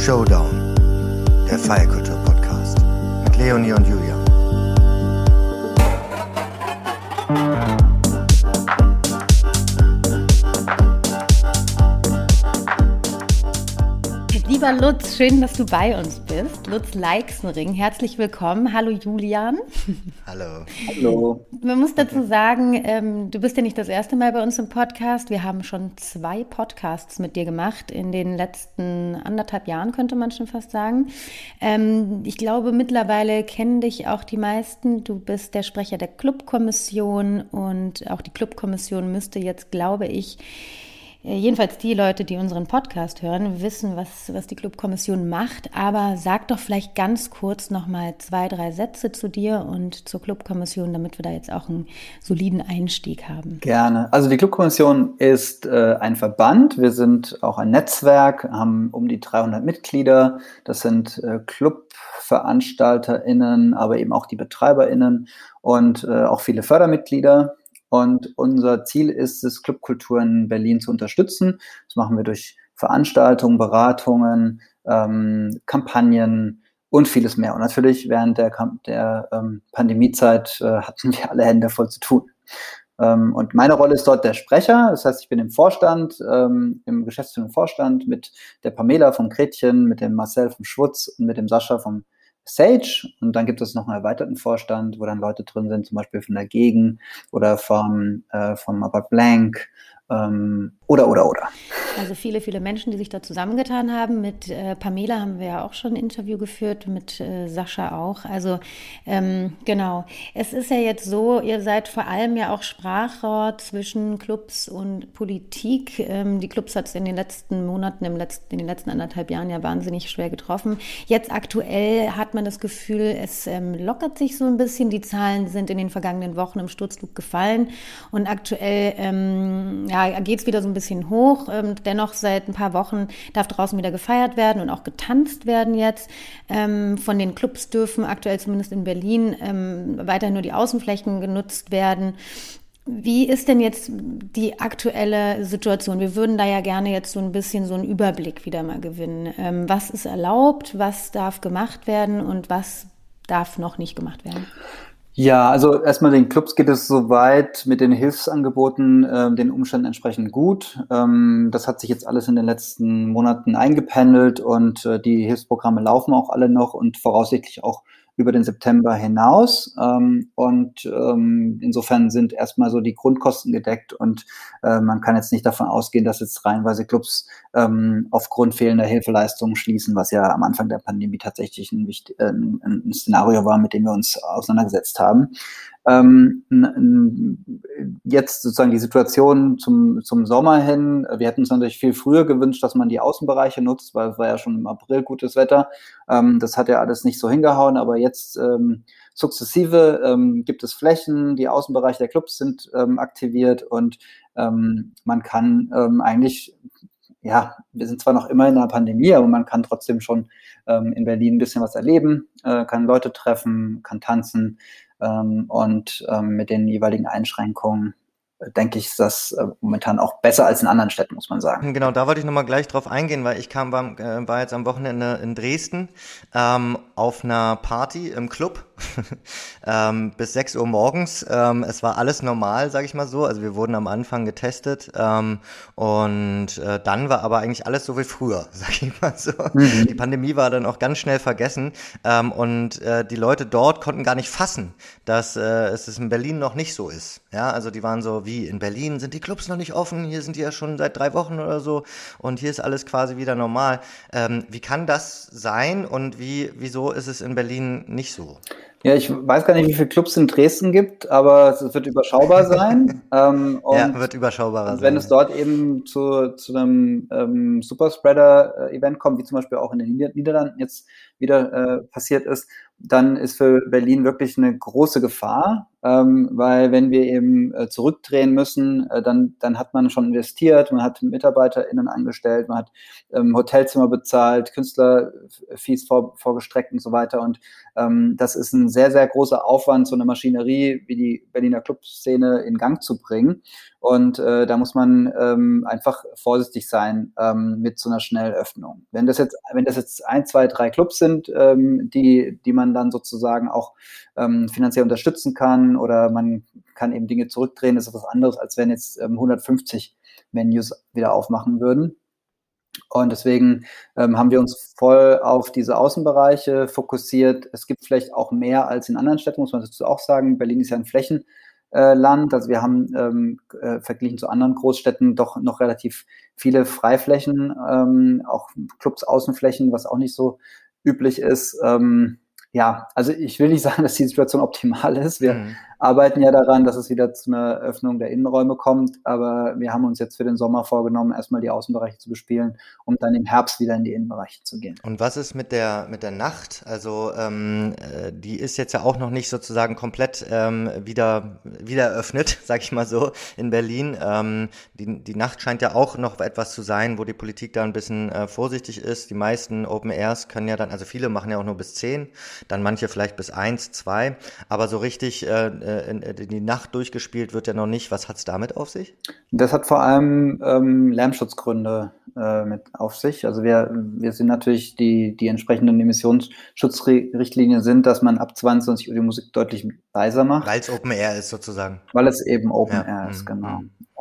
Showdown, der Feierkultur-Podcast mit Leonie und Julian. Lieber Lutz, schön, dass du bei uns bist. Lutz Leixenring, herzlich willkommen. Hallo Julian. Hallo. Hallo. Man muss dazu sagen, du bist ja nicht das erste Mal bei uns im Podcast. Wir haben schon 2 Podcasts mit dir gemacht in den letzten 1,5 Jahren, könnte man schon fast sagen. Ich glaube, mittlerweile kennen dich auch die meisten. Du bist der Sprecher der Clubkommission und auch die Clubkommission müsste jetzt, glaube ich, jedenfalls die Leute, die unseren Podcast hören, wissen, was die Clubkommission macht. Aber sag doch vielleicht ganz kurz nochmal 2, 3 Sätze zu dir und zur Clubkommission, damit wir da jetzt auch einen soliden Einstieg haben. Gerne. Also die Clubkommission ist ein Verband. Wir sind auch ein Netzwerk, haben um die 300 Mitglieder. Das sind ClubveranstalterInnen, aber eben auch die BetreiberInnen und auch viele Fördermitglieder. Und unser Ziel ist es, Clubkultur in Berlin zu unterstützen. Das machen wir durch Veranstaltungen, Beratungen, Kampagnen und vieles mehr. Und natürlich während der Pandemiezeit hatten wir alle Hände voll zu tun. Und meine Rolle ist dort der Sprecher. Das heißt, ich bin im Vorstand, im geschäftsführenden Vorstand mit der Pamela vom Gretchen, mit dem Marcel vom Schwutz und mit dem Sascha vom Sage, und dann gibt es noch einen erweiterten Vorstand, wo dann Leute drin sind, zum Beispiel von der Gegen oder vom About Blank oder. Also viele Menschen, die sich da zusammengetan haben. Mit Pamela haben wir ja auch schon ein Interview geführt, mit Sascha auch. Also genau. Es ist ja jetzt so, ihr seid vor allem ja auch Sprachrohr zwischen Clubs und Politik. Die Clubs hat es in den letzten Monaten, in den letzten 1,5 Jahren ja wahnsinnig schwer getroffen. Jetzt aktuell hat man das Gefühl, es lockert sich so ein bisschen. Die Zahlen sind in den vergangenen Wochen im Sturzflug gefallen und aktuell geht es wieder so ein bisschen hoch. Dennoch seit ein paar Wochen darf draußen wieder gefeiert werden und auch getanzt werden jetzt. Von den Clubs dürfen aktuell zumindest in Berlin weiterhin nur die Außenflächen genutzt werden. Wie ist denn jetzt die aktuelle Situation? Wir würden da ja gerne jetzt so ein bisschen so einen Überblick wieder mal gewinnen. Was ist erlaubt, was darf gemacht werden und was darf noch nicht gemacht werden? Ja, also erstmal den Clubs geht es soweit mit den Hilfsangeboten den Umständen entsprechend gut. Das hat sich jetzt alles in den letzten Monaten eingependelt und die Hilfsprogramme laufen auch alle noch und voraussichtlich auch über den September hinaus. Insofern sind erstmal so die Grundkosten gedeckt und man kann jetzt nicht davon ausgehen, dass jetzt reihenweise Clubs aufgrund fehlender Hilfeleistungen schließen, was ja am Anfang der Pandemie tatsächlich ein Szenario war, mit dem wir uns auseinandergesetzt haben. Jetzt sozusagen die Situation zum Sommer hin. Wir hätten uns natürlich viel früher gewünscht, dass man die Außenbereiche nutzt, weil es war ja schon im April gutes Wetter. Das hat ja alles nicht so hingehauen, aber jetzt sukzessive gibt es Flächen, die Außenbereiche der Clubs sind aktiviert und man kann eigentlich, ja, wir sind zwar noch immer in einer Pandemie, aber man kann trotzdem schon in Berlin ein bisschen was erleben, kann Leute treffen, kann tanzen und mit den jeweiligen Einschränkungen denke ich, ist das momentan auch besser als in anderen Städten, muss man sagen. Genau, da wollte ich nochmal gleich drauf eingehen, weil ich war jetzt am Wochenende in Dresden auf einer Party im Club bis 6 Uhr morgens. Es war alles normal, sage ich mal so. Also wir wurden am Anfang getestet und dann war aber eigentlich alles so wie früher, sage ich mal so. Mhm. Die Pandemie war dann auch ganz schnell vergessen und die Leute dort konnten gar nicht fassen, dass es in Berlin noch nicht so ist. Ja, also die waren so, wie in Berlin sind die Clubs noch nicht offen, hier sind die ja schon seit 3 Wochen oder so und hier ist alles quasi wieder normal. Wie kann das sein und wieso ist es in Berlin nicht so? Ja, ich weiß gar nicht, wie viele Clubs es in Dresden gibt, aber es wird überschaubar sein. Wird überschaubarer sein. Wenn es dort eben zu einem Superspreader-Event kommt, wie zum Beispiel auch in den Niederlanden jetzt wieder passiert ist, dann ist für Berlin wirklich eine große Gefahr. weil wenn wir eben zurückdrehen müssen, dann hat man schon investiert, man hat MitarbeiterInnen angestellt, man hat Hotelzimmer bezahlt, Künstlerfees vorgestreckt und so weiter. Und das ist ein sehr, sehr großer Aufwand, so eine Maschinerie wie die Berliner Clubszene in Gang zu bringen. Und da muss man einfach vorsichtig sein mit so einer Schnellöffnung. Wenn das jetzt 1, 2, 3 Clubs sind, die man dann sozusagen auch finanziell unterstützen kann, oder man kann eben Dinge zurückdrehen, ist das was anderes, als wenn jetzt 150 Venues wieder aufmachen würden. Und deswegen haben wir uns voll auf diese Außenbereiche fokussiert. Es gibt vielleicht auch mehr als in anderen Städten, muss man dazu auch sagen. Berlin ist ja ein Flächenland. Also wir haben verglichen zu anderen Großstädten doch noch relativ viele Freiflächen, auch Clubs, Außenflächen, was auch nicht so üblich ist. Ja, also ich will nicht sagen, dass die Situation optimal ist. Wir arbeiten ja daran, dass es wieder zu einer Öffnung der Innenräume kommt. Aber wir haben uns jetzt für den Sommer vorgenommen, erstmal die Außenbereiche zu bespielen, um dann im Herbst wieder in die Innenbereiche zu gehen. Und was ist mit der Nacht? Also die ist jetzt ja auch noch nicht sozusagen komplett wieder eröffnet, sag ich mal so, in Berlin. Die Nacht scheint ja auch noch etwas zu sein, wo die Politik da ein bisschen vorsichtig ist. Die meisten Open Airs können ja dann, also viele machen ja auch nur bis 10, dann manche vielleicht bis 1, 2, aber so richtig die Nacht durchgespielt wird ja noch nicht. Was hat's damit auf sich? Das hat vor allem Lärmschutzgründe mit auf sich. Also wir sind natürlich, die entsprechenden Emissionsschutzrichtlinien sind, dass man ab 22 Uhr die Musik deutlich leiser macht. Weil es Open Air ist sozusagen. Weil es eben Open Air ist, genau.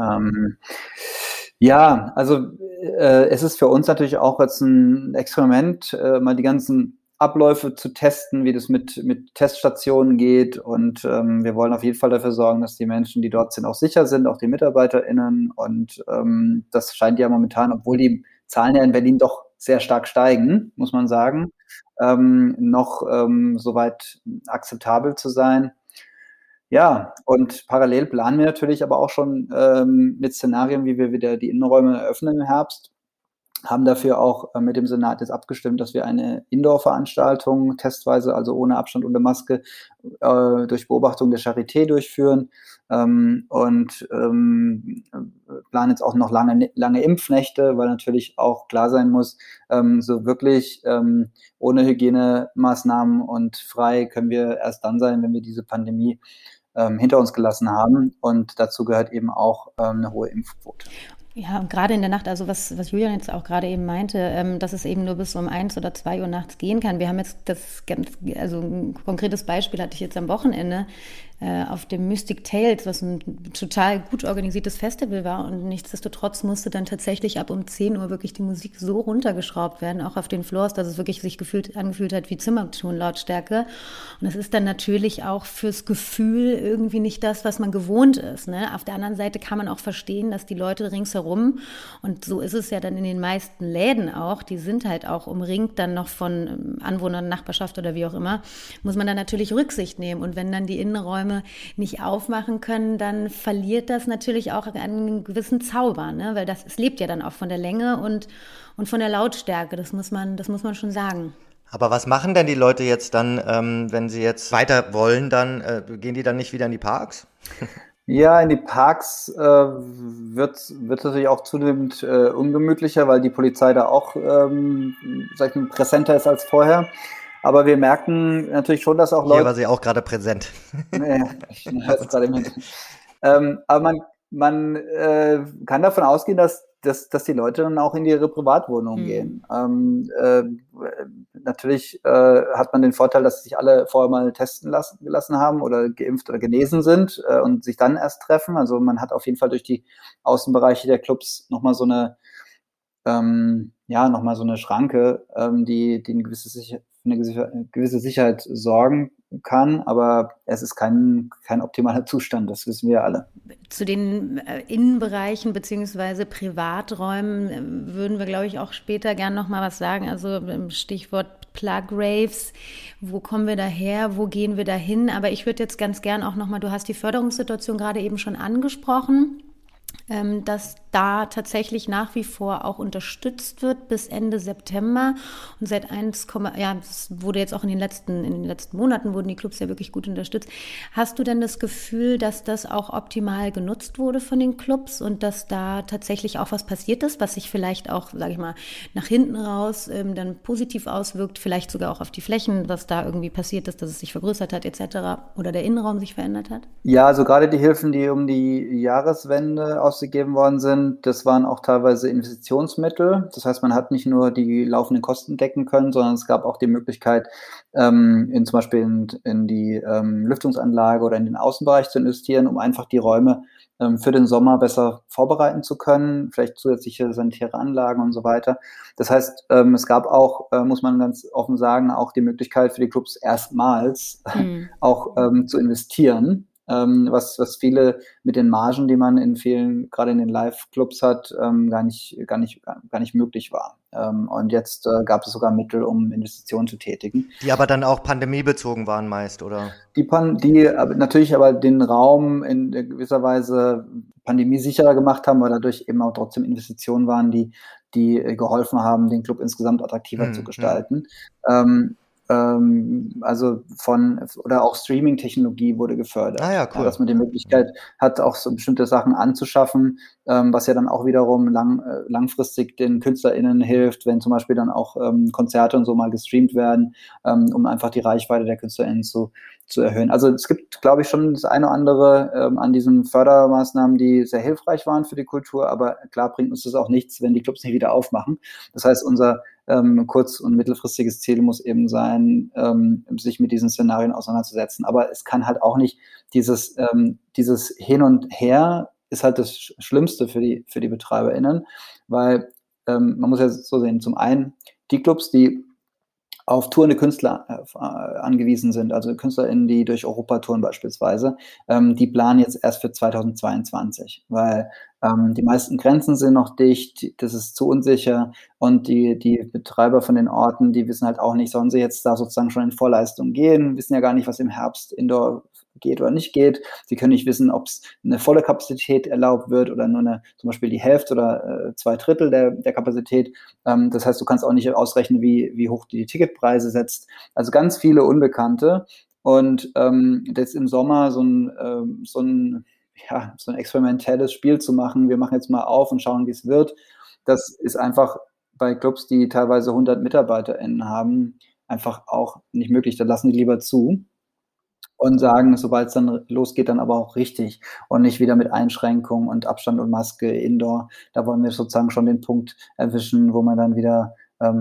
Ja, also es ist für uns natürlich auch jetzt ein Experiment, mal die ganzen Abläufe zu testen, wie das mit Teststationen geht, und wir wollen auf jeden Fall dafür sorgen, dass die Menschen, die dort sind, auch sicher sind, auch die MitarbeiterInnen, und das scheint ja momentan, obwohl die Zahlen ja in Berlin doch sehr stark steigen, muss man sagen, noch soweit akzeptabel zu sein. Ja, und parallel planen wir natürlich aber auch schon mit Szenarien, wie wir wieder die Innenräume eröffnen im Herbst. Haben dafür auch mit dem Senat jetzt abgestimmt, dass wir eine Indoor-Veranstaltung testweise, also ohne Abstand, ohne Maske, durch Beobachtung der Charité durchführen, und planen jetzt auch noch lange Impfnächte, weil natürlich auch klar sein muss, so wirklich ohne Hygienemaßnahmen und frei können wir erst dann sein, wenn wir diese Pandemie hinter uns gelassen haben, und dazu gehört eben auch eine hohe Impfquote. Ja, und gerade in der Nacht, also was Julian jetzt auch gerade eben meinte, dass es eben nur bis um 1 oder 2 Uhr nachts gehen kann. Wir haben jetzt also ein konkretes Beispiel hatte ich jetzt am Wochenende auf dem Mystic Tales, was ein total gut organisiertes Festival war, und nichtsdestotrotz musste dann tatsächlich ab um 10 Uhr wirklich die Musik so runtergeschraubt werden, auch auf den Floors, dass es wirklich sich angefühlt hat wie Zimmertonlautstärke. Und es ist dann natürlich auch fürs Gefühl irgendwie nicht das, was man gewohnt ist, ne? Auf der anderen Seite kann man auch verstehen, dass die Leute ringsherum, und so ist es ja dann in den meisten Läden auch, die sind halt auch umringt dann noch von Anwohnern, Nachbarschaft oder wie auch immer, muss man dann natürlich Rücksicht nehmen. Und wenn dann die Innenräume nicht aufmachen können, dann verliert das natürlich auch einen gewissen Zauber, ne? Weil es lebt ja dann auch von der Länge und von der Lautstärke, das muss man schon sagen. Aber was machen denn die Leute jetzt dann, wenn sie jetzt weiter wollen, dann gehen die dann nicht wieder in die Parks? Ja, in die Parks wird natürlich auch zunehmend ungemütlicher, weil die Polizei da auch sag ich mal, präsenter ist als vorher. Aber wir merken natürlich schon, dass auch Leute... Hier war sie auch gerade präsent. Ja, ich höre es gerade im Hintergrund. Aber man kann davon ausgehen, dass die Leute dann auch in ihre Privatwohnungen gehen. Natürlich hat man den Vorteil, dass sich alle vorher mal testen gelassen haben oder geimpft oder genesen sind und sich dann erst treffen. Also man hat auf jeden Fall durch die Außenbereiche der Clubs nochmal so eine Schranke, die eine gewisse Sicherheit sorgen kann, aber es ist kein optimaler Zustand, das wissen wir alle. Zu den Innenbereichen bzw. Privaträumen würden wir, glaube ich, auch später gern noch mal was sagen. Also Stichwort Plug Raves, wo kommen wir daher, wo gehen wir dahin? Aber ich würde jetzt ganz gern auch noch mal, du hast die Förderungssituation gerade eben schon angesprochen. dass da tatsächlich nach wie vor auch unterstützt wird bis Ende September. Und seit das wurde jetzt auch in den letzten Monaten wurden die Clubs ja wirklich gut unterstützt. Hast du denn das Gefühl, dass das auch optimal genutzt wurde von den Clubs und dass da tatsächlich auch was passiert ist, was sich vielleicht auch, sage ich mal, nach hinten raus dann positiv auswirkt, vielleicht sogar auch auf die Flächen, was da irgendwie passiert ist, dass es sich vergrößert hat etc. oder der Innenraum sich verändert hat? Ja, also gerade die Hilfen, die um die Jahreswende ausgegeben worden sind, das waren auch teilweise Investitionsmittel. Das heißt, man hat nicht nur die laufenden Kosten decken können, sondern es gab auch die Möglichkeit, zum Beispiel in die Lüftungsanlage oder in den Außenbereich zu investieren, um einfach die Räume für den Sommer besser vorbereiten zu können, vielleicht zusätzliche sanitäre Anlagen und so weiter. Das heißt, es gab auch, muss man ganz offen sagen, auch die Möglichkeit für die Clubs erstmals auch zu investieren. Was viele mit den Margen, die man in vielen, gerade in den Live-Clubs hat, gar nicht möglich war. Und jetzt gab es sogar Mittel, um Investitionen zu tätigen. Die aber dann auch pandemiebezogen waren meist, oder? Die natürlich aber den Raum in gewisser Weise pandemiesicherer gemacht haben, weil dadurch eben auch trotzdem Investitionen waren, die geholfen haben, den Club insgesamt attraktiver zu gestalten. Oder auch Streaming-Technologie wurde gefördert. Ah ja, cool. Dass man die Möglichkeit hat, auch so bestimmte Sachen anzuschaffen, was ja dann auch wiederum langfristig den KünstlerInnen hilft, wenn zum Beispiel dann auch Konzerte und so mal gestreamt werden, um einfach die Reichweite der KünstlerInnen zu erhöhen. Also es gibt, glaube ich, schon das eine oder andere an diesen Fördermaßnahmen, die sehr hilfreich waren für die Kultur, aber klar bringt uns das auch nichts, wenn die Clubs nicht wieder aufmachen. Das heißt, unser kurz- und mittelfristiges Ziel muss eben sein, sich mit diesen Szenarien auseinanderzusetzen. Aber es kann halt auch nicht dieses Hin und Her ist halt das Schlimmste für die BetreiberInnen, weil man muss ja so sehen, zum einen die Clubs, die auf tourende Künstler angewiesen sind, also KünstlerInnen, die durch Europa touren beispielsweise, die planen jetzt erst für 2022, weil die meisten Grenzen sind noch dicht, das ist zu unsicher und die Betreiber von den Orten, die wissen halt auch nicht, sollen sie jetzt da sozusagen schon in Vorleistung gehen, wissen ja gar nicht, was im Herbst Indoor geht oder nicht geht. Sie können nicht wissen, ob es eine volle Kapazität erlaubt wird oder nur zum Beispiel die Hälfte oder 2/3 der Kapazität. Das heißt, du kannst auch nicht ausrechnen, wie hoch die Ticketpreise setzt. Also ganz viele Unbekannte. Und jetzt im Sommer so ein experimentelles Spiel zu machen, wir machen jetzt mal auf und schauen, wie es wird, das ist einfach bei Clubs, die teilweise 100 MitarbeiterInnen haben, einfach auch nicht möglich. Da lassen die lieber zu und sagen, sobald es dann losgeht, dann aber auch richtig und nicht wieder mit Einschränkungen und Abstand und Maske indoor. Da wollen wir sozusagen schon den Punkt erwischen, wo man dann wieder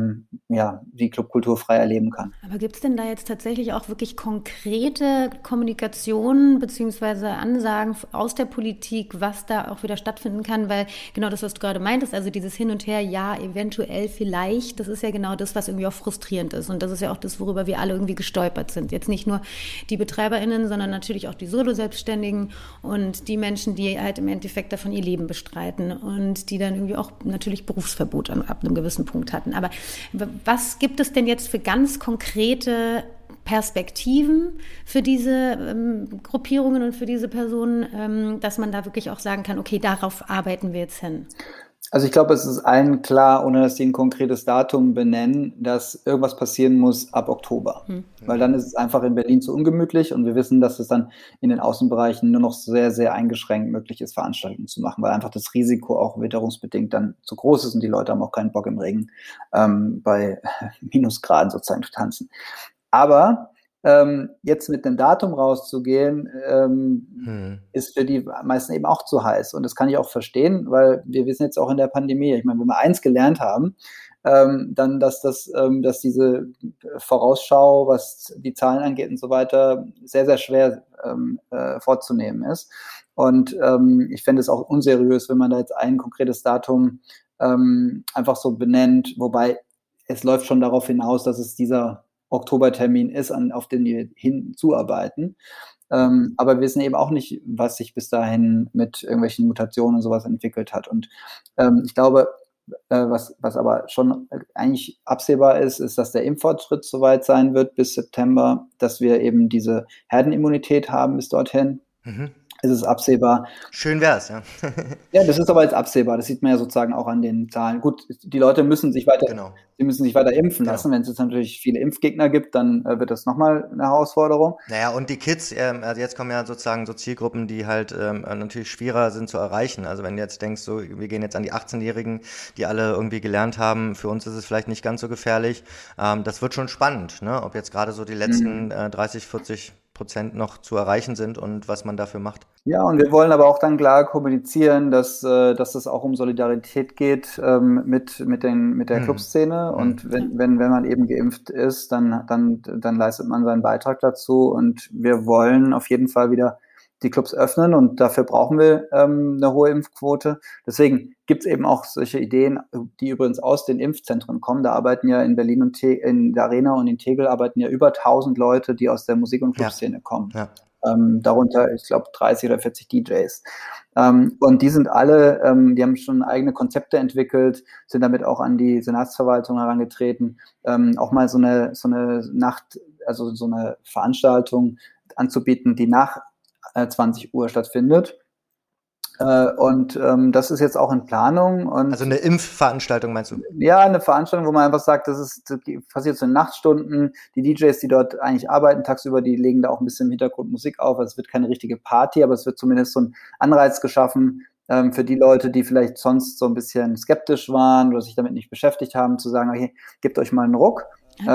die Clubkultur frei erleben kann. Aber gibt es denn da jetzt tatsächlich auch wirklich konkrete Kommunikation beziehungsweise Ansagen aus der Politik, was da auch wieder stattfinden kann? Weil genau das, was du gerade meintest, also dieses Hin und Her, ja, eventuell, vielleicht, das ist ja genau das, was irgendwie auch frustrierend ist. Und das ist ja auch das, worüber wir alle irgendwie gestolpert sind. Jetzt nicht nur die BetreiberInnen, sondern natürlich auch die Solo-Selbstständigen und die Menschen, die halt im Endeffekt davon ihr Leben bestreiten und die dann irgendwie auch natürlich Berufsverbot ab einem gewissen Punkt hatten. Aber was gibt es denn jetzt für ganz konkrete Perspektiven für diese Gruppierungen und für diese Personen, dass man da wirklich auch sagen kann, okay, darauf arbeiten wir jetzt hin? Also ich glaube, es ist allen klar, ohne dass sie ein konkretes Datum benennen, dass irgendwas passieren muss ab Oktober. Weil dann ist es einfach in Berlin zu ungemütlich und wir wissen, dass es dann in den Außenbereichen nur noch sehr, sehr eingeschränkt möglich ist, Veranstaltungen zu machen, weil einfach das Risiko auch witterungsbedingt dann zu groß ist und die Leute haben auch keinen Bock im Regen bei Minusgraden sozusagen zu tanzen. Aber jetzt mit einem Datum rauszugehen, ist für die meisten eben auch zu heiß. Und das kann ich auch verstehen, weil wir wissen jetzt auch in der Pandemie, ich meine, wenn wir eins gelernt haben, dann, dass diese Vorausschau, was die Zahlen angeht und so weiter, sehr, sehr schwer vorzunehmen ist. Und ich fände es auch unseriös, wenn man da jetzt ein konkretes Datum einfach so benennt, wobei es läuft schon darauf hinaus, dass es dieser Oktobertermin ist, auf den wir hinzuarbeiten. Aber wir wissen eben auch nicht, was sich bis dahin mit irgendwelchen Mutationen und sowas entwickelt hat. Und ich glaube, was aber schon eigentlich absehbar ist, dass der Impffortschritt soweit sein wird bis September, dass wir eben diese Herdenimmunität haben bis dorthin. ist es absehbar. Schön wär's, ja. Ja, das ist aber jetzt absehbar. Das sieht man ja sozusagen auch an den Zahlen. Gut, die Leute müssen sich weiter, Genau. die müssen sich weiter impfen Genau. lassen. Wenn es jetzt natürlich viele Impfgegner gibt, dann wird das nochmal eine Herausforderung. Naja, und die Kids, also jetzt kommen ja sozusagen so Zielgruppen, die halt natürlich schwerer sind zu erreichen. Also wenn du jetzt denkst, so, wir gehen jetzt an die 18-Jährigen, die alle irgendwie gelernt haben, für uns ist es vielleicht nicht ganz so gefährlich. Das wird schon spannend, ne? Ob jetzt gerade so die letzten 30-40% noch zu erreichen sind und was man dafür macht. Ja, und wir wollen aber auch dann klar kommunizieren, dass es auch um Solidarität geht mit der Clubszene. Und wenn man eben geimpft ist, dann leistet man seinen Beitrag dazu. Und wir wollen auf jeden Fall wieder die Clubs öffnen und dafür brauchen wir eine hohe Impfquote. Deswegen gibt es eben auch solche Ideen, die übrigens aus den Impfzentren kommen. Da arbeiten ja in Berlin und in der Arena und in Tegel arbeiten ja über 1000 Leute, die aus der Musik- und Clubszene kommen. Ja. Darunter, ich glaube, 30 oder 40 DJs. Und die sind alle, die haben schon eigene Konzepte entwickelt, sind damit auch an die Senatsverwaltung herangetreten, auch mal so eine Nacht, also so eine Veranstaltung anzubieten, die nach 20 Uhr stattfindet. Und das ist jetzt auch in Planung. Und also eine Impfveranstaltung, meinst du? Ja, eine Veranstaltung, wo man einfach sagt, das passiert so in Nachtstunden. Die DJs, die dort eigentlich arbeiten tagsüber, die legen da auch ein bisschen im Hintergrund Musik auf. Also es wird keine richtige Party, aber es wird zumindest so ein Anreiz geschaffen für die Leute, die vielleicht sonst so ein bisschen skeptisch waren oder sich damit nicht beschäftigt haben, zu sagen, okay, gebt euch mal einen Ruck.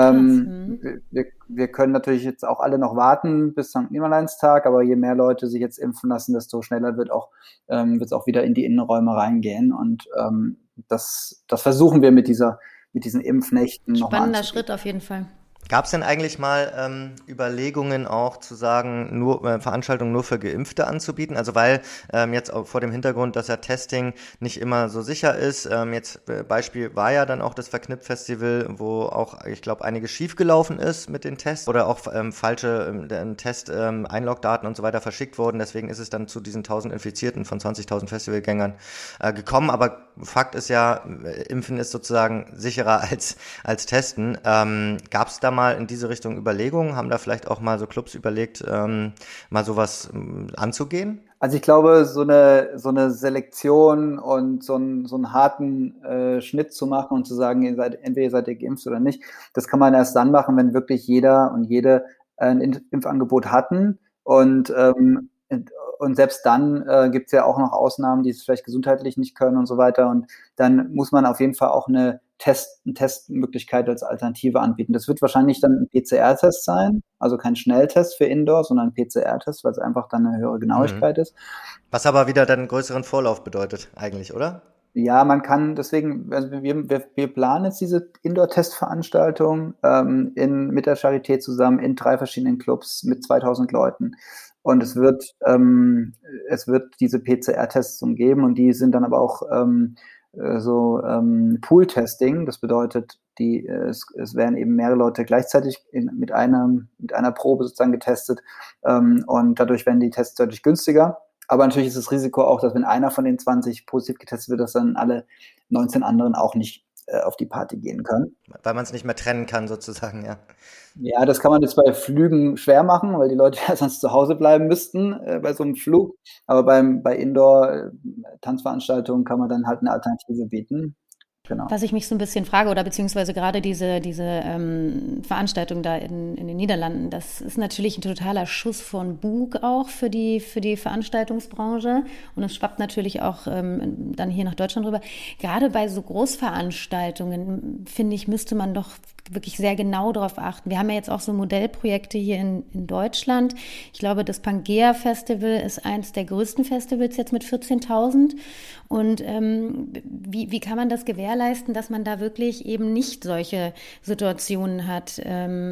Wir können natürlich jetzt auch alle noch warten bis St. Nimmerleinstag, aber je mehr Leute sich jetzt impfen lassen, desto schneller wird es auch wieder in die Innenräume reingehen. Und das versuchen wir mit diesen Impfnächten noch mal anzugehen. Spannender Schritt auf jeden Fall. Gab es denn eigentlich mal Überlegungen auch zu sagen, nur Veranstaltungen nur für Geimpfte anzubieten? Also weil jetzt auch vor dem Hintergrund, dass ja Testing nicht immer so sicher ist. Jetzt Beispiel war ja dann auch das Verknüpf-Festival, wo auch, ich glaube, einiges schiefgelaufen ist mit den Tests oder auch falsche Test-Einlogdaten und so weiter verschickt wurden. Deswegen ist es dann zu diesen 1000 Infizierten von 20.000 Festivalgängern gekommen. Aber Fakt ist ja, Impfen ist sozusagen sicherer als Testen. Gab es da mal in diese Richtung Überlegungen? Haben da vielleicht auch mal so Clubs überlegt, mal sowas anzugehen? Also ich glaube, so eine Selektion und so einen harten Schnitt zu machen und zu sagen, entweder ihr seid geimpft oder nicht, das kann man erst dann machen, wenn wirklich jeder und jede ein Impfangebot hatten. Und selbst dann gibt es ja auch noch Ausnahmen, die es vielleicht gesundheitlich nicht können und so weiter. Und dann muss man auf jeden Fall auch eine Testmöglichkeit als Alternative anbieten. Das wird wahrscheinlich dann ein PCR-Test sein, also kein Schnelltest für Indoor, sondern ein PCR-Test, weil es einfach dann eine höhere Genauigkeit ist. Was aber wieder dann einen größeren Vorlauf bedeutet eigentlich, oder? Ja, man kann deswegen, also wir planen jetzt diese Indoor-Testveranstaltung mit der Charité zusammen in 3 verschiedenen Clubs mit 2000 Leuten. Und es wird diese PCR-Tests geben und die sind dann aber auch Pool-Testing. Das bedeutet, es werden eben mehrere Leute gleichzeitig mit einer Probe sozusagen getestet und dadurch werden die Tests deutlich günstiger. Aber natürlich ist das Risiko auch, dass wenn einer von den 20 positiv getestet wird, dass dann alle 19 anderen auch nicht auf die Party gehen können. Weil man es nicht mehr trennen kann sozusagen, ja. Ja, das kann man jetzt bei Flügen schwer machen, weil die Leute ja sonst zu Hause bleiben müssten bei so einem Flug. Aber bei Indoor-Tanzveranstaltungen kann man dann halt eine Alternative bieten. Genau. Was ich mich so ein bisschen frage, oder beziehungsweise gerade diese Veranstaltung da in den Niederlanden, das ist natürlich ein totaler Schuss von Bug auch für die Veranstaltungsbranche. Und es schwappt natürlich auch dann hier nach Deutschland rüber. Gerade bei so Großveranstaltungen, finde ich, müsste man doch wirklich sehr genau darauf achten. Wir haben ja jetzt auch so Modellprojekte hier in Deutschland. Ich glaube, das Pangea Festival ist eins der größten Festivals jetzt mit 14.000. Und wie kann man das gewährleisten, dass man da wirklich eben nicht solche Situationen hat,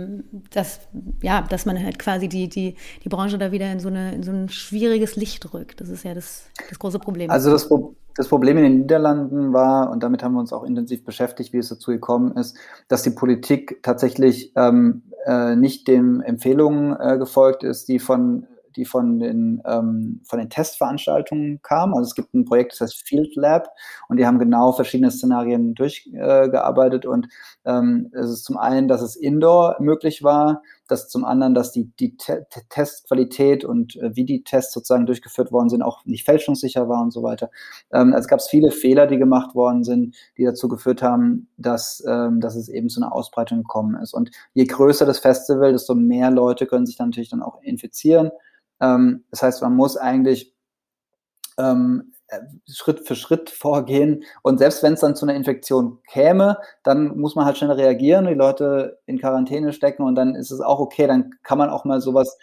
dass man halt quasi die Branche da wieder in so ein schwieriges Licht rückt. Das ist ja das große Problem. Also das Problem in den Niederlanden war, und damit haben wir uns auch intensiv beschäftigt, wie es dazu gekommen ist, dass die Politik tatsächlich nicht den Empfehlungen gefolgt ist, die von den Testveranstaltungen kamen. Also es gibt ein Projekt, das heißt Field Lab, und die haben genau verschiedene Szenarien durchgearbeitet und es ist zum einen, dass es Indoor möglich war, dass zum anderen, dass die Testqualität und wie die Tests sozusagen durchgeführt worden sind, auch nicht fälschungssicher war und so weiter. Es gab viele Fehler, die gemacht worden sind, die dazu geführt haben, dass es eben zu einer Ausbreitung gekommen ist. Und je größer das Festival, desto mehr Leute können sich dann natürlich dann auch infizieren. Das heißt, man muss eigentlich Schritt für Schritt vorgehen. Und selbst wenn es dann zu einer Infektion käme, dann muss man halt schnell reagieren, die Leute in Quarantäne stecken und dann ist es auch okay, dann kann man auch mal sowas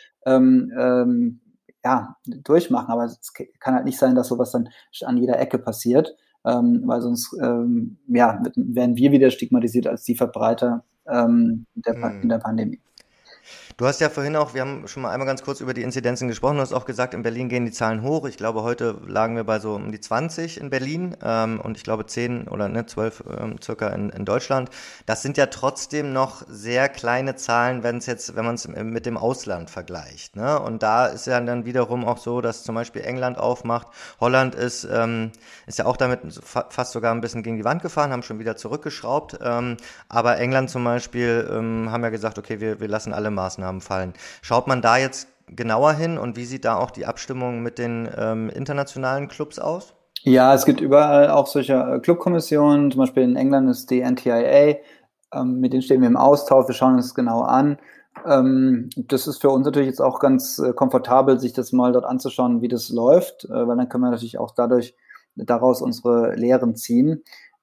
durchmachen. Aber es kann halt nicht sein, dass sowas dann an jeder Ecke passiert, weil sonst werden wir wieder stigmatisiert als die Verbreiter in der Pandemie. Du hast ja vorhin auch, wir haben schon mal einmal ganz kurz über die Inzidenzen gesprochen, du hast auch gesagt, in Berlin gehen die Zahlen hoch. Ich glaube, heute lagen wir bei so um die 20 in Berlin und ich glaube 10 oder 12 circa in Deutschland. Das sind ja trotzdem noch sehr kleine Zahlen, wenn man es mit dem Ausland vergleicht. Ne? Und da ist ja dann wiederum auch so, dass zum Beispiel England aufmacht. Holland ist ja auch damit fast sogar ein bisschen gegen die Wand gefahren, haben schon wieder zurückgeschraubt. Aber England zum Beispiel haben ja gesagt, okay, wir lassen alle Maßnahmen fallen. Schaut man da jetzt genauer hin und wie sieht da auch die Abstimmung mit den internationalen Clubs aus? Ja, es gibt überall auch solche Clubkommissionen, zum Beispiel in England ist die NTIA, mit denen stehen wir im Austausch, wir schauen uns das genau an. Das ist für uns natürlich jetzt auch ganz komfortabel, sich das mal dort anzuschauen, wie das läuft, weil dann können wir natürlich auch daraus unsere Lehren ziehen.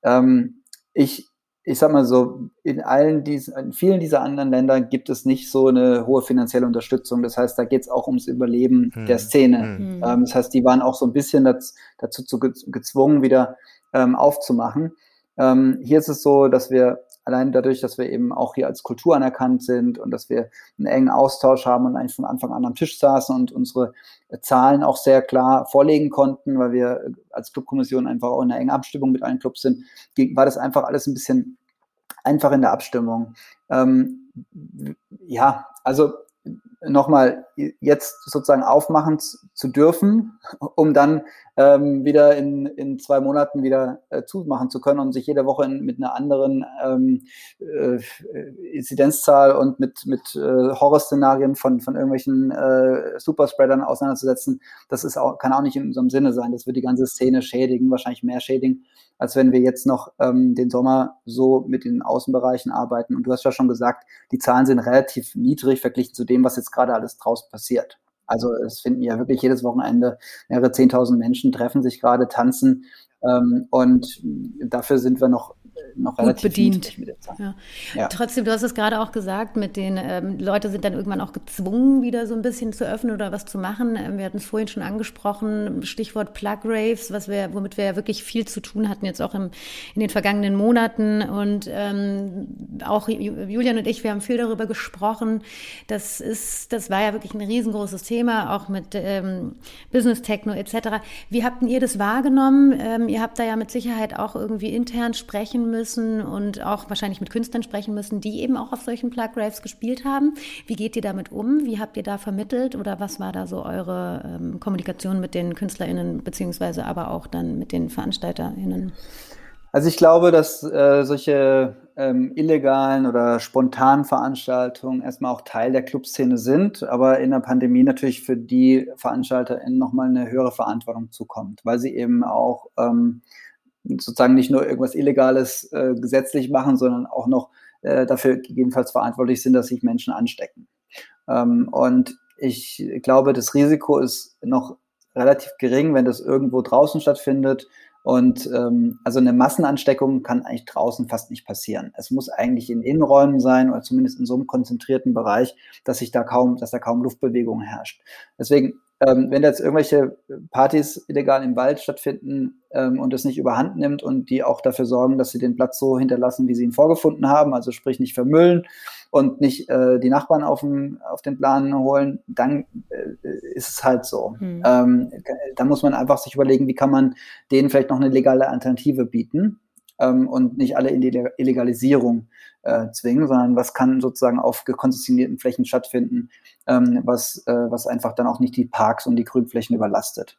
Ich sag mal so, in vielen dieser anderen Länder gibt es nicht so eine hohe finanzielle Unterstützung. Das heißt, da geht es auch ums Überleben der Szene. Das heißt, die waren auch so ein bisschen dazu gezwungen, wieder aufzumachen. Hier ist es so, dass wir allein dadurch, dass wir eben auch hier als Kultur anerkannt sind und dass wir einen engen Austausch haben und eigentlich von Anfang an am Tisch saßen und unsere Zahlen auch sehr klar vorlegen konnten, weil wir als Clubkommission einfach auch in einer engen Abstimmung mit allen Clubs sind, war das einfach alles ein bisschen einfach in der Abstimmung. Also nochmal jetzt sozusagen aufmachen zu dürfen, um dann wieder in 2 Monaten wieder zumachen zu können und sich jede Woche mit einer anderen Inzidenzzahl und mit Horrorszenarien von irgendwelchen Superspreadern auseinanderzusetzen, das kann auch nicht in unserem Sinne sein. Das wird die ganze Szene schädigen, wahrscheinlich mehr schädigen, als wenn wir jetzt noch den Sommer so mit den Außenbereichen arbeiten. Und du hast ja schon gesagt, die Zahlen sind relativ niedrig verglichen zu dem, was jetzt gerade alles draußen passiert. Also es finden ja wirklich jedes Wochenende mehrere 10.000 Menschen, treffen sich gerade, tanzen und dafür sind wir noch relativ bedient. Mit der Zeit. Ja. Trotzdem, du hast es gerade auch gesagt, mit den Leute sind dann irgendwann auch gezwungen, wieder so ein bisschen zu öffnen oder was zu machen. Wir hatten es vorhin schon angesprochen, Stichwort Plug Raves, womit wir ja wirklich viel zu tun hatten, jetzt auch in den vergangenen Monaten. Und auch Julian und ich, wir haben viel darüber gesprochen. Das war ja wirklich ein riesengroßes Thema, auch mit Business Techno etc. Wie habt ihr das wahrgenommen? Ihr habt da ja mit Sicherheit auch irgendwie intern sprechen müssen und auch wahrscheinlich mit Künstlern sprechen müssen, die eben auch auf solchen Plug Raves gespielt haben. Wie geht ihr damit um? Wie habt ihr da vermittelt oder was war da so eure Kommunikation mit den KünstlerInnen beziehungsweise aber auch dann mit den VeranstalterInnen? Also ich glaube, dass solche illegalen oder spontanen Veranstaltungen erstmal auch Teil der Clubszene sind, aber in der Pandemie natürlich für die VeranstalterInnen nochmal eine höhere Verantwortung zukommt, weil sie eben auch sozusagen nicht nur irgendwas Illegales gesetzlich machen, sondern auch noch dafür gegebenenfalls verantwortlich sind, dass sich Menschen anstecken. Und ich glaube, das Risiko ist noch relativ gering, wenn das irgendwo draußen stattfindet. Und also eine Massenansteckung kann eigentlich draußen fast nicht passieren. Es muss eigentlich in Innenräumen sein oder zumindest in so einem konzentrierten Bereich, dass da kaum Luftbewegung herrscht. Deswegen, wenn jetzt irgendwelche Partys illegal im Wald stattfinden und es nicht überhand nimmt und die auch dafür sorgen, dass sie den Platz so hinterlassen, wie sie ihn vorgefunden haben, also sprich nicht vermüllen und nicht die Nachbarn auf den Plan holen, dann ist es halt so. Da muss man einfach sich überlegen, wie kann man denen vielleicht noch eine legale Alternative bieten und nicht alle in die Illegalisierung zwingen, sondern was kann sozusagen auf konzessionierten Flächen stattfinden, was einfach dann auch nicht die Parks und die Grünflächen überlastet.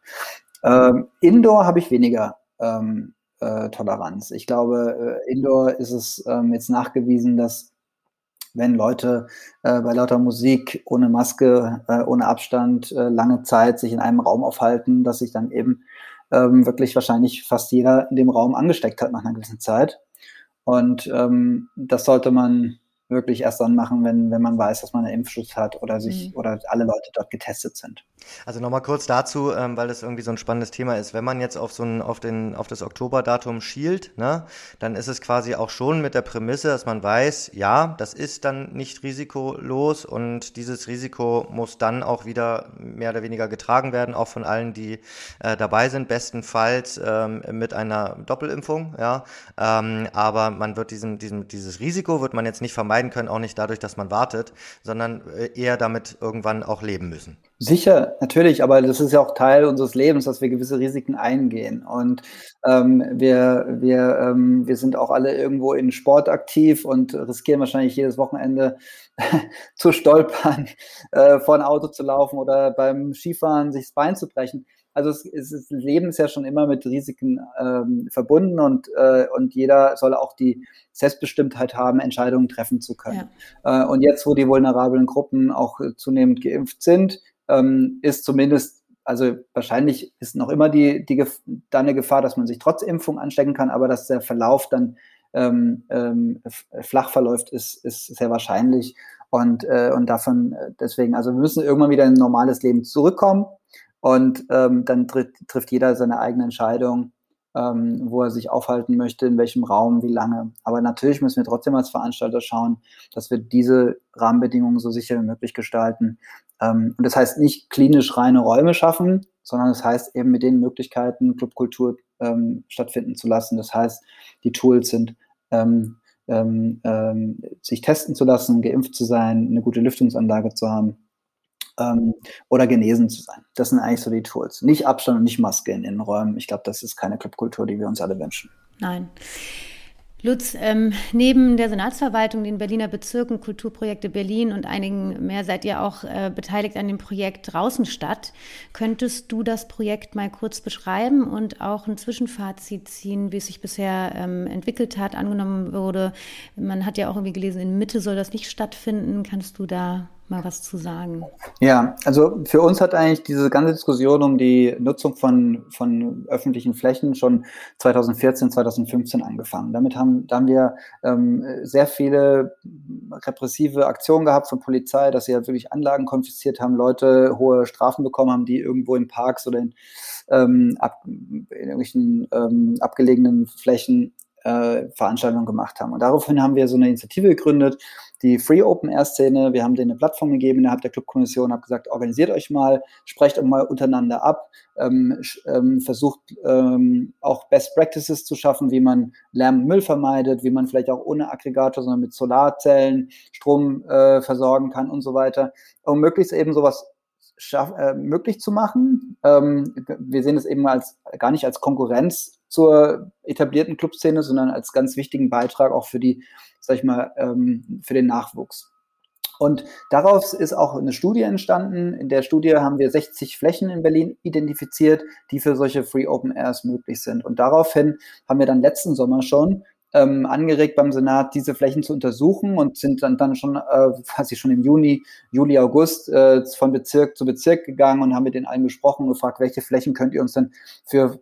Indoor habe ich weniger Toleranz. Ich glaube, Indoor ist es jetzt nachgewiesen, dass wenn Leute bei lauter Musik, ohne Maske, ohne Abstand, lange Zeit sich in einem Raum aufhalten, dass sich dann eben wirklich wahrscheinlich fast jeder in dem Raum angesteckt hat nach einer gewissen Zeit. Und das sollte man wirklich erst dann machen, wenn man weiß, dass man einen Impfschutz hat oder oder alle Leute dort getestet sind. Also nochmal kurz dazu, weil das irgendwie so ein spannendes Thema ist. Wenn man jetzt auf das Oktoberdatum schielt, ne, dann ist es quasi auch schon mit der Prämisse, dass man weiß, ja, das ist dann nicht risikolos und dieses Risiko muss dann auch wieder mehr oder weniger getragen werden, auch von allen, die dabei sind, bestenfalls mit einer Doppelimpfung, ja. Aber man wird dieses Risiko wird man jetzt nicht vermeiden können, auch nicht dadurch, dass man wartet, sondern eher damit irgendwann auch leben müssen. Sicher, natürlich, aber das ist ja auch Teil unseres Lebens, dass wir gewisse Risiken eingehen. Und wir sind auch alle irgendwo in Sport aktiv und riskieren wahrscheinlich jedes Wochenende zu stolpern, vor ein Auto zu laufen oder beim Skifahren sich das Bein zu brechen. Also das Leben ist ja schon immer mit Risiken verbunden und jeder soll auch die Selbstbestimmtheit haben, Entscheidungen treffen zu können. Ja. Und jetzt, wo die vulnerablen Gruppen auch zunehmend geimpft sind, ist zumindest, also wahrscheinlich ist noch immer da eine Gefahr, dass man sich trotz Impfung anstecken kann, aber dass der Verlauf dann flach verläuft, ist sehr wahrscheinlich. Und deswegen, also wir müssen irgendwann wieder in ein normales Leben zurückkommen. Und dann trifft jeder seine eigene Entscheidung, wo er sich aufhalten möchte, in welchem Raum, wie lange. Aber natürlich müssen wir trotzdem als Veranstalter schauen, dass wir diese Rahmenbedingungen so sicher wie möglich gestalten. Und das heißt nicht klinisch reine Räume schaffen, sondern das heißt eben mit den Möglichkeiten, Clubkultur stattfinden zu lassen. Das heißt, die Tools sind, sich testen zu lassen, geimpft zu sein, eine gute Lüftungsanlage zu haben. Oder genesen zu sein. Das sind eigentlich so die Tools. Nicht Abstand und nicht Maske in Innenräumen. Ich glaube, das ist keine Clubkultur, die wir uns alle wünschen. Nein. Lutz, neben der Senatsverwaltung, den Berliner Bezirken, Kulturprojekte Berlin und einigen mehr seid ihr auch beteiligt an dem Projekt Draußenstadt. Könntest du das Projekt mal kurz beschreiben und auch ein Zwischenfazit ziehen, wie es sich bisher entwickelt hat, angenommen wurde? Man hat ja auch irgendwie gelesen, in Mitte soll das nicht stattfinden. Kannst du da mal was zu sagen? Ja, also für uns hat eigentlich diese ganze Diskussion um die Nutzung von öffentlichen Flächen schon 2014, 2015 angefangen. Da haben wir sehr viele repressive Aktionen gehabt von Polizei, dass sie halt wirklich Anlagen konfisziert haben, Leute hohe Strafen bekommen haben, die irgendwo in Parks oder in irgendwelchen abgelegenen Flächen Veranstaltungen gemacht haben. Und daraufhin haben wir so eine Initiative gegründet, die Free Open Air Szene. Wir haben denen eine Plattform gegeben innerhalb der Clubkommission, haben gesagt, organisiert euch mal, sprecht euch mal untereinander ab, versucht auch Best Practices zu schaffen, wie man Lärm und Müll vermeidet, wie man vielleicht auch ohne Aggregator, sondern mit Solarzellen Strom versorgen kann und so weiter, um möglichst eben sowas möglich zu machen. Wir sehen es eben gar nicht als Konkurrenz zur etablierten Clubszene, sondern als ganz wichtigen Beitrag auch für die, sag ich mal, für den Nachwuchs. Und daraus ist auch eine Studie entstanden. In der Studie haben wir 60 Flächen in Berlin identifiziert, die für solche Free Open Airs möglich sind. Und daraufhin haben wir dann letzten Sommer schon angeregt beim Senat, diese Flächen zu untersuchen und sind dann schon, schon im Juli, August von Bezirk zu Bezirk gegangen und haben mit den allen gesprochen und gefragt, welche Flächen könnt ihr uns denn für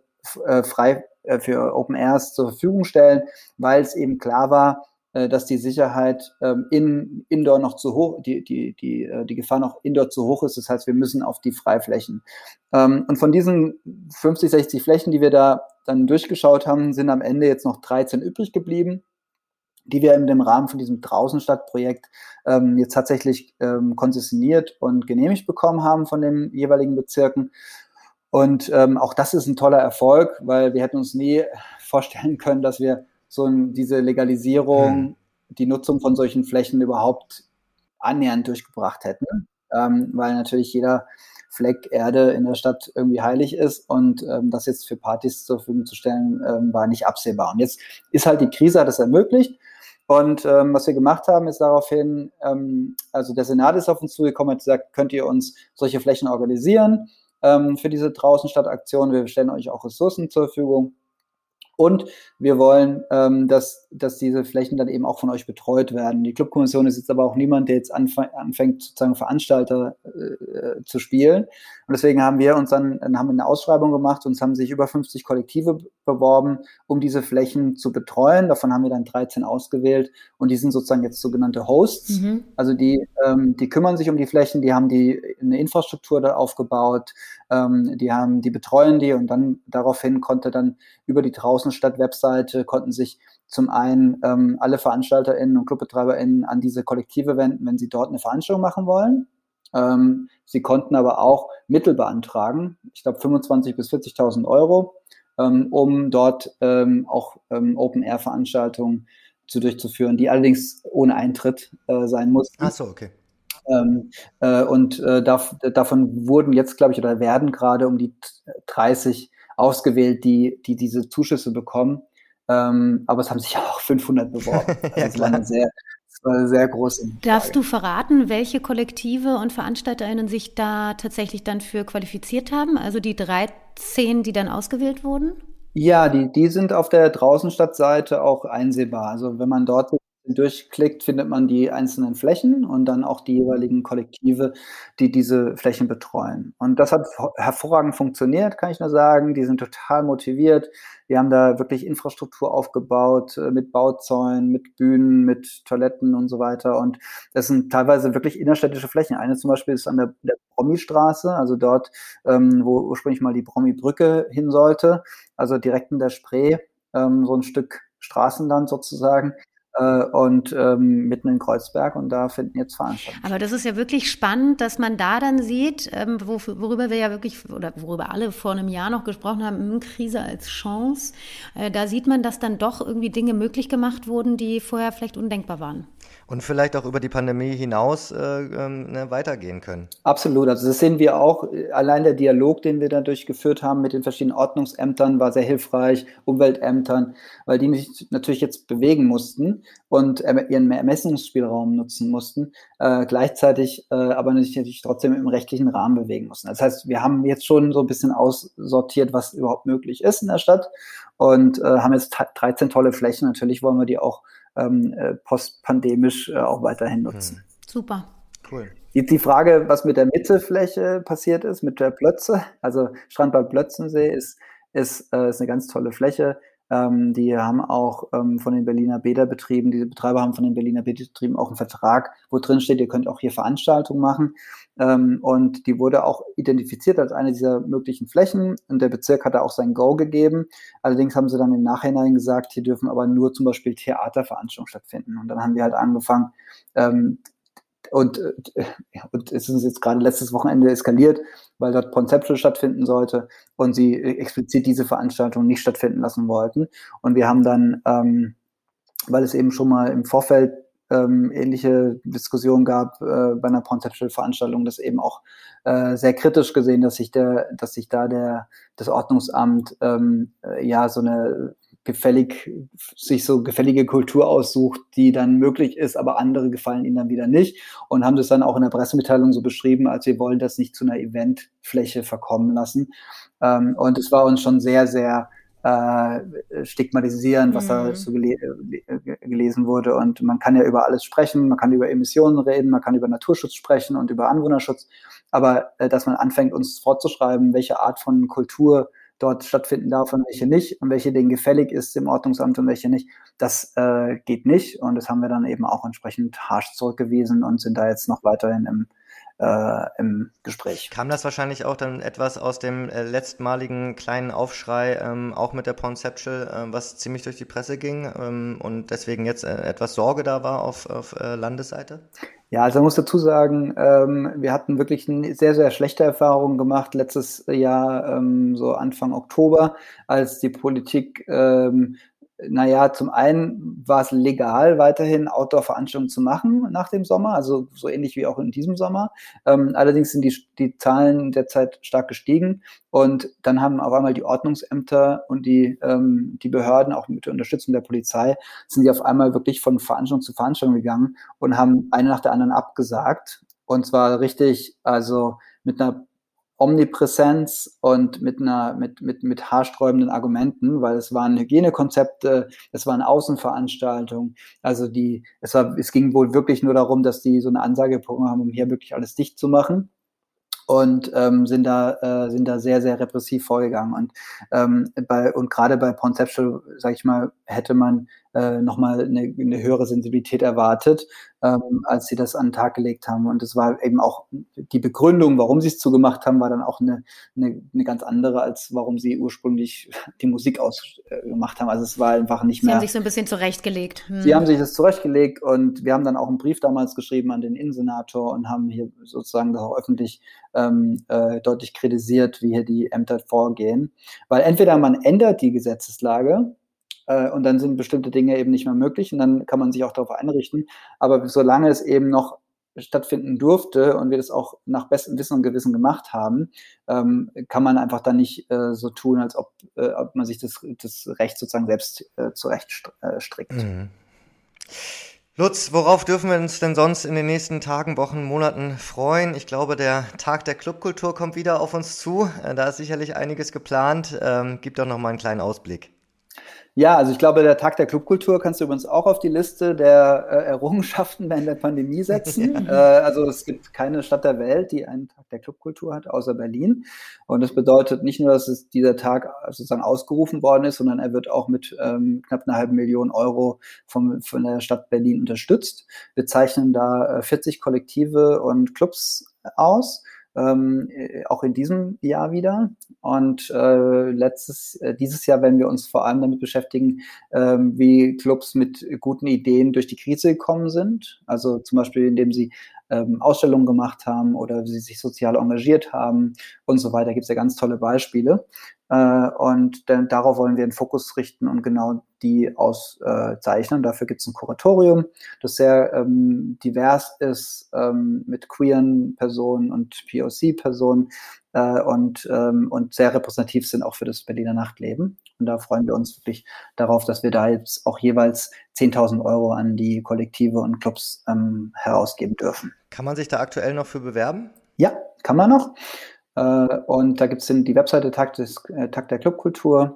Open Airs zur Verfügung stellen, weil es eben klar war, dass die Sicherheit Indoor noch zu hoch, die Gefahr noch Indoor zu hoch ist. Das heißt, wir müssen auf die Freiflächen. Und von diesen 50, 60 Flächen, die wir da dann durchgeschaut haben, sind am Ende jetzt noch 13 übrig geblieben, die wir in dem Rahmen von diesem Draußenstadtprojekt jetzt tatsächlich konzessioniert und genehmigt bekommen haben von den jeweiligen Bezirken. Und auch das ist ein toller Erfolg, weil wir hätten uns nie vorstellen können, dass wir diese Legalisierung, die Nutzung von solchen Flächen überhaupt annähernd durchgebracht hätten, weil natürlich jeder Fleck Erde in der Stadt irgendwie heilig ist und das jetzt für Partys zur Verfügung zu stellen, war nicht absehbar. Und jetzt ist halt die Krise, hat es ermöglicht. Und was wir gemacht haben, ist daraufhin, also der Senat ist auf uns zugekommen und hat gesagt, könnt ihr uns solche Flächen organisieren für diese Draußenstadtaktion? Wir stellen euch auch Ressourcen zur Verfügung. Und wir wollen, dass diese Flächen dann eben auch von euch betreut werden. Die Clubkommission ist jetzt aber auch niemand, der jetzt anfängt, sozusagen Veranstalter zu spielen. Und deswegen haben wir haben wir eine Ausschreibung gemacht und es haben sich über 50 Kollektive beworben, um diese Flächen zu betreuen. Davon haben wir dann 13 ausgewählt und die sind sozusagen jetzt sogenannte Hosts. Mhm. Also die kümmern sich um die Flächen, die haben eine Infrastruktur da aufgebaut, die betreuen die und dann daraufhin konnte dann über die Draußenstadt-Webseite konnten sich zum einen alle VeranstalterInnen und ClubbetreiberInnen an diese Kollektive wenden, wenn sie dort eine Veranstaltung machen wollen. Sie konnten aber auch Mittel beantragen, ich glaube 25.000 bis 40.000 Euro, um dort auch Open-Air-Veranstaltungen durchzuführen, die allerdings ohne Eintritt sein mussten. Ach so, okay. Davon wurden jetzt, glaube ich, oder werden gerade um die 30 ausgewählt, die diese Zuschüsse bekommen. Aber es haben sich auch 500 beworben. Ja, das war eine sehr große Frage. Darfst du verraten, welche Kollektive und VeranstalterInnen sich da tatsächlich dann für qualifiziert haben? Also die 13, die dann ausgewählt wurden? Ja, die sind auf der Draußenstadtseite auch einsehbar. Also wenn man dort durchklickt, findet man die einzelnen Flächen und dann auch die jeweiligen Kollektive, die diese Flächen betreuen. Und das hat hervorragend funktioniert, kann ich nur sagen. Die sind total motiviert. Die haben da wirklich Infrastruktur aufgebaut, mit Bauzäunen, mit Bühnen, mit Toiletten und so weiter. Und das sind teilweise wirklich innerstädtische Flächen. Eine zum Beispiel ist an der Brommi-Straße, also dort, wo ursprünglich mal die Brommi-Brücke hin sollte, also direkt in der Spree, so ein Stück Straßenland sozusagen. Und mitten in Kreuzberg und da finden jetzt Veranstaltungen. Aber das ist ja wirklich spannend, dass man da dann sieht, worüber wir ja wirklich, oder worüber alle vor einem Jahr noch gesprochen haben, Krise als Chance. Da sieht man, dass dann doch irgendwie Dinge möglich gemacht wurden, die vorher vielleicht undenkbar waren. Und vielleicht auch über die Pandemie hinaus weitergehen können. Absolut, also das sehen wir auch. Allein der Dialog, den wir da durchgeführt haben mit den verschiedenen Ordnungsämtern, war sehr hilfreich, Umweltämtern, weil die sich natürlich jetzt bewegen mussten und ihren Ermessungsspielraum nutzen mussten, gleichzeitig aber natürlich trotzdem im rechtlichen Rahmen bewegen mussten. Das heißt, wir haben jetzt schon so ein bisschen aussortiert, was überhaupt möglich ist in der Stadt und haben jetzt 13 tolle Flächen. Natürlich wollen wir die auch postpandemisch auch weiterhin nutzen. Super. Cool. Die Frage, was mit der Mittefläche passiert ist, mit der Plötze, also Strandbad Plötzensee ist eine ganz tolle Fläche. Die haben auch von den Berliner Bäderbetrieben, diese Betreiber haben von den Berliner Bäderbetrieben auch einen Vertrag, wo drin steht, ihr könnt auch hier Veranstaltungen machen. Und die wurde auch identifiziert als eine dieser möglichen Flächen. Und der Bezirk hat da auch sein Go gegeben. Allerdings haben sie dann im Nachhinein gesagt, hier dürfen aber nur zum Beispiel Theaterveranstaltungen stattfinden. Und dann haben wir halt angefangen, und es ist jetzt gerade letztes Wochenende eskaliert, weil dort Conceptual stattfinden sollte und sie explizit diese Veranstaltung nicht stattfinden lassen wollten. Und wir haben dann, weil es eben schon mal im Vorfeld ähnliche Diskussionen gab bei einer Conceptual-Veranstaltung, das eben auch sehr kritisch gesehen, dass sich das Ordnungsamt so eine gefällige Kultur aussucht, die dann möglich ist, aber andere gefallen ihnen dann wieder nicht und haben das dann auch in der Pressemitteilung so beschrieben, als wir wollen das nicht zu einer Eventfläche verkommen lassen. Und es war uns schon sehr, sehr stigmatisierend, was da so gelesen wurde. Und man kann ja über alles sprechen, man kann über Emissionen reden, man kann über Naturschutz sprechen und über Anwohnerschutz, aber dass man anfängt, uns vorzuschreiben, welche Art von Kultur dort stattfinden darf und welche nicht und welche denen gefällig ist im Ordnungsamt und welche nicht, das geht nicht. Und das haben wir dann eben auch entsprechend harsch zurückgewiesen und sind da jetzt noch weiterhin im Gespräch. Kam das wahrscheinlich auch dann etwas aus dem letztmaligen kleinen Aufschrei, auch mit der Conceptual, was ziemlich durch die Presse ging und deswegen jetzt etwas Sorge da war auf Landesseite? Ja, also man muss dazu sagen, wir hatten wirklich eine sehr, sehr schlechte Erfahrung gemacht letztes Jahr, so Anfang Oktober, als die Politik zum einen war es legal, weiterhin Outdoor-Veranstaltungen zu machen nach dem Sommer, also so ähnlich wie auch in diesem Sommer. Allerdings sind die Zahlen derzeit stark gestiegen und dann haben auf einmal die Ordnungsämter und die Behörden, auch mit der Unterstützung der Polizei, sind die auf einmal wirklich von Veranstaltung zu Veranstaltung gegangen und haben eine nach der anderen abgesagt. Und zwar richtig, also mit einer Omnipräsenz und mit haarsträubenden Argumenten, weil es waren Hygienekonzepte, es waren Außenveranstaltungen. Also es ging wohl wirklich nur darum, dass die so eine Ansage bekommen haben, um hier wirklich alles dicht zu machen. Und sind da sehr, sehr repressiv vorgegangen. Und gerade bei Conceptual, sag ich mal, hätte man nochmal eine höhere Sensibilität erwartet, als sie das an den Tag gelegt haben. Und es war eben auch die Begründung, warum sie es zugemacht haben, war dann auch eine ganz andere, als warum sie ursprünglich die Musik ausgemacht haben. Also es war einfach nicht mehr... Sie haben sich so ein bisschen zurechtgelegt. Sie haben sich das zurechtgelegt und wir haben dann auch einen Brief damals geschrieben an den Innensenator und haben hier sozusagen das auch öffentlich deutlich kritisiert, wie hier die Ämter vorgehen. Weil entweder man ändert die Gesetzeslage und dann sind bestimmte Dinge eben nicht mehr möglich und dann kann man sich auch darauf einrichten. Aber solange es eben noch stattfinden durfte und wir das auch nach bestem Wissen und Gewissen gemacht haben, kann man einfach dann nicht so tun, als ob man sich das Recht sozusagen selbst zurechtstrickt. Mhm. Lutz, worauf dürfen wir uns denn sonst in den nächsten Tagen, Wochen, Monaten freuen? Ich glaube, der Tag der Clubkultur kommt wieder auf uns zu. Da ist sicherlich einiges geplant. Gib doch noch mal einen kleinen Ausblick. Ja, also ich glaube, der Tag der Clubkultur kannst du übrigens auch auf die Liste der Errungenschaften während der Pandemie setzen. Also es gibt keine Stadt der Welt, die einen Tag der Clubkultur hat, außer Berlin. Und das bedeutet nicht nur, dass dieser Tag sozusagen ausgerufen worden ist, sondern er wird auch mit knapp 500.000 Euro von der Stadt Berlin unterstützt. Wir zeichnen da 40 Kollektive und Clubs aus. Auch in diesem Jahr wieder. Und dieses Jahr werden wir uns vor allem damit beschäftigen, wie Clubs mit guten Ideen durch die Krise gekommen sind. Also zum Beispiel, indem sie Ausstellungen gemacht haben oder sie sich sozial engagiert haben und so weiter. Da gibt es ja ganz tolle Beispiele. Und darauf wollen wir den Fokus richten und genau die auszeichnen. Dafür gibt es ein Kuratorium, das sehr divers ist mit queeren Personen und POC-Personen und sehr repräsentativ sind auch für das Berliner Nachtleben. Und da freuen wir uns wirklich darauf, dass wir da jetzt auch jeweils 10.000 Euro an die Kollektive und Clubs herausgeben dürfen. Kann man sich da aktuell noch für bewerben? Ja, kann man noch. Und da gibt es die Webseite Tag der Clubkultur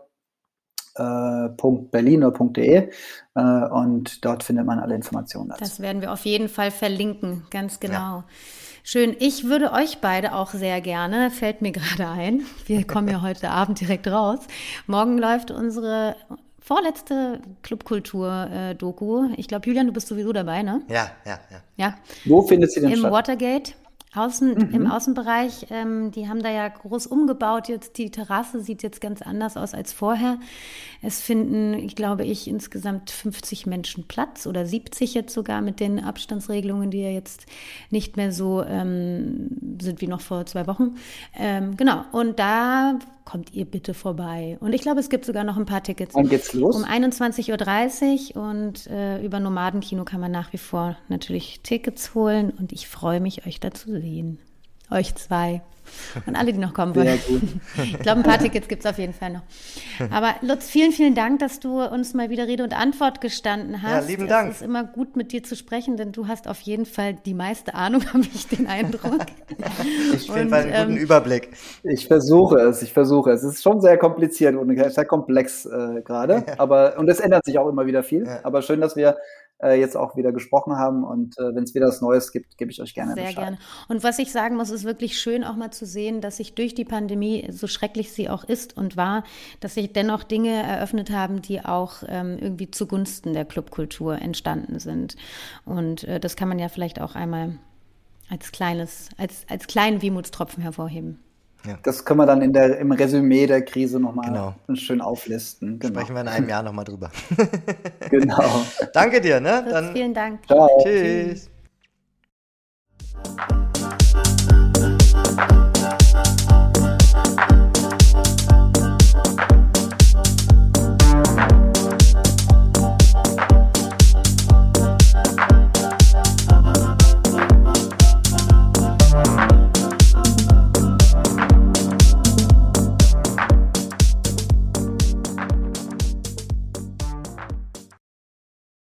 .berlin oder .de und dort findet man alle Informationen dazu. Das werden wir auf jeden Fall verlinken, ganz genau. Ja. Schön. Ich würde euch beide auch sehr gerne, fällt mir gerade ein, wir kommen ja heute Abend direkt raus, morgen läuft unsere vorletzte Clubkultur-Doku. Ich glaube, Julian, du bist sowieso dabei, ne? Ja. Wo findet sie denn statt? Im Watergate. Im Außenbereich, die haben da ja groß umgebaut jetzt, die Terrasse sieht jetzt ganz anders aus als vorher. Es finden, insgesamt 50 Menschen Platz oder 70 jetzt sogar mit den Abstandsregelungen, die ja jetzt nicht mehr so sind wie noch vor 2 Wochen. Genau, und da kommt ihr bitte vorbei. Und ich glaube, es gibt sogar noch ein paar Tickets. Wann geht's los? Um 21.30 Uhr und über Nomadenkino kann man nach wie vor natürlich Tickets holen und ich freue mich, euch da zu sehen. Euch zwei. Und alle, die noch kommen wollen. Sehr gut. Ich glaube, ein paar Tickets gibt es auf jeden Fall noch. Aber Lutz, vielen, vielen Dank, dass du uns mal wieder Rede und Antwort gestanden hast. Ja, lieben Dank. Es ist immer gut, mit dir zu sprechen, denn du hast auf jeden Fall die meiste Ahnung, habe ich den Eindruck. Ich finde einen guten Überblick. Ich versuche es. Es ist schon sehr kompliziert und sehr komplex gerade. Und es ändert sich auch immer wieder viel. Ja. Aber schön, dass wir jetzt auch wieder gesprochen haben und wenn es wieder was Neues gibt, gebe ich euch gerne Bescheid. Sehr gerne. Und was ich sagen muss, ist wirklich schön auch mal zu sehen, dass sich durch die Pandemie, so schrecklich sie auch ist und war, dass sich dennoch Dinge eröffnet haben, die auch irgendwie zugunsten der Clubkultur entstanden sind. Und das kann man ja vielleicht auch einmal als kleinen Wehmutstropfen hervorheben. Ja. Das können wir dann im Resümee der Krise nochmal schön auflisten. Genau. Sprechen wir in einem Jahr nochmal drüber. Genau. Danke dir, ne? Dann vielen Dank. Ciao. Tschüss.